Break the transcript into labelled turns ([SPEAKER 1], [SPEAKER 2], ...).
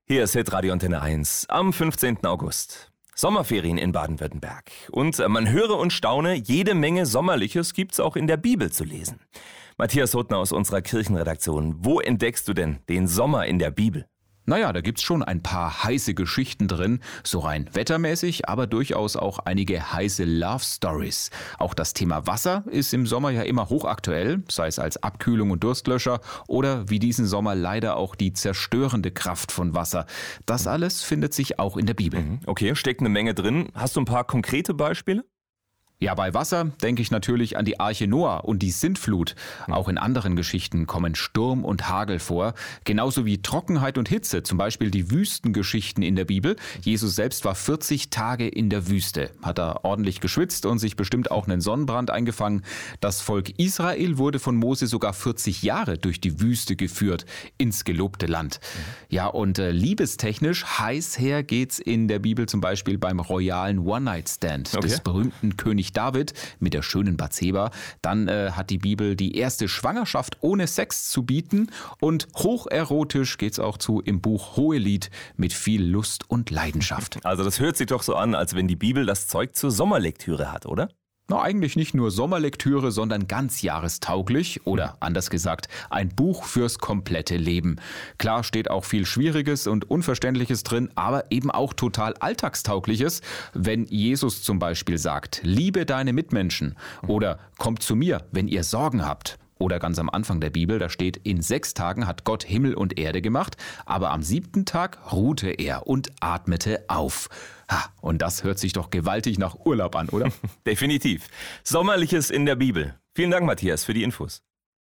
[SPEAKER 1] Hier ist Hitradio Antenne 1 am 15. August. Sommerferien in Baden-Württemberg. Und man höre und staune, jede Menge Sommerliches gibt's auch in der Bibel zu lesen. Matthias Huttner aus unserer Kirchenredaktion, wo entdeckst du denn den Sommer in der Bibel?
[SPEAKER 2] Naja, da gibt's schon ein paar heiße Geschichten drin, so rein wettermäßig, aber durchaus auch einige heiße Love Stories. Auch das Thema Wasser ist im Sommer ja immer hochaktuell, sei es als Abkühlung und Durstlöscher oder wie diesen Sommer leider auch die zerstörende Kraft von Wasser. Das alles findet sich auch in der Bibel.
[SPEAKER 1] Okay, steckt eine Menge drin. Hast du ein paar konkrete Beispiele?
[SPEAKER 2] Ja, bei Wasser denke ich natürlich an die Arche Noah und die Sintflut. Auch in anderen Geschichten kommen Sturm und Hagel vor. Genauso wie Trockenheit und Hitze, zum Beispiel die Wüstengeschichten in der Bibel. Jesus selbst war 40 Tage in der Wüste, hat da ordentlich geschwitzt und sich bestimmt auch einen Sonnenbrand eingefangen. Das Volk Israel wurde von Mose sogar 40 Jahre durch die Wüste geführt, ins gelobte Land. Ja, und liebestechnisch heiß her geht's in der Bibel zum Beispiel beim royalen One-Night-Stand des berühmten König David mit der schönen Bathseba. Dann hat die Bibel die erste Schwangerschaft ohne Sex zu bieten und hocherotisch geht's auch zu im Buch Hohelied mit viel Lust und Leidenschaft.
[SPEAKER 1] Also das hört sich doch so an, als wenn die Bibel das Zeug zur Sommerlektüre hat, oder?
[SPEAKER 2] Na, eigentlich nicht nur Sommerlektüre, sondern ganz jahrestauglich oder anders gesagt, ein Buch fürs komplette Leben. Klar steht auch viel Schwieriges und Unverständliches drin, aber eben auch total Alltagstaugliches. Wenn Jesus zum Beispiel sagt, liebe deine Mitmenschen oder kommt zu mir, wenn ihr Sorgen habt. Oder ganz am Anfang der Bibel, da steht, in 6 Tagen hat Gott Himmel und Erde gemacht, aber am 7. Tag ruhte er und atmete auf. Und das hört sich doch gewaltig nach Urlaub an, oder?
[SPEAKER 1] Definitiv. Sommerliches in der Bibel. Vielen Dank, Matthias, für die Infos.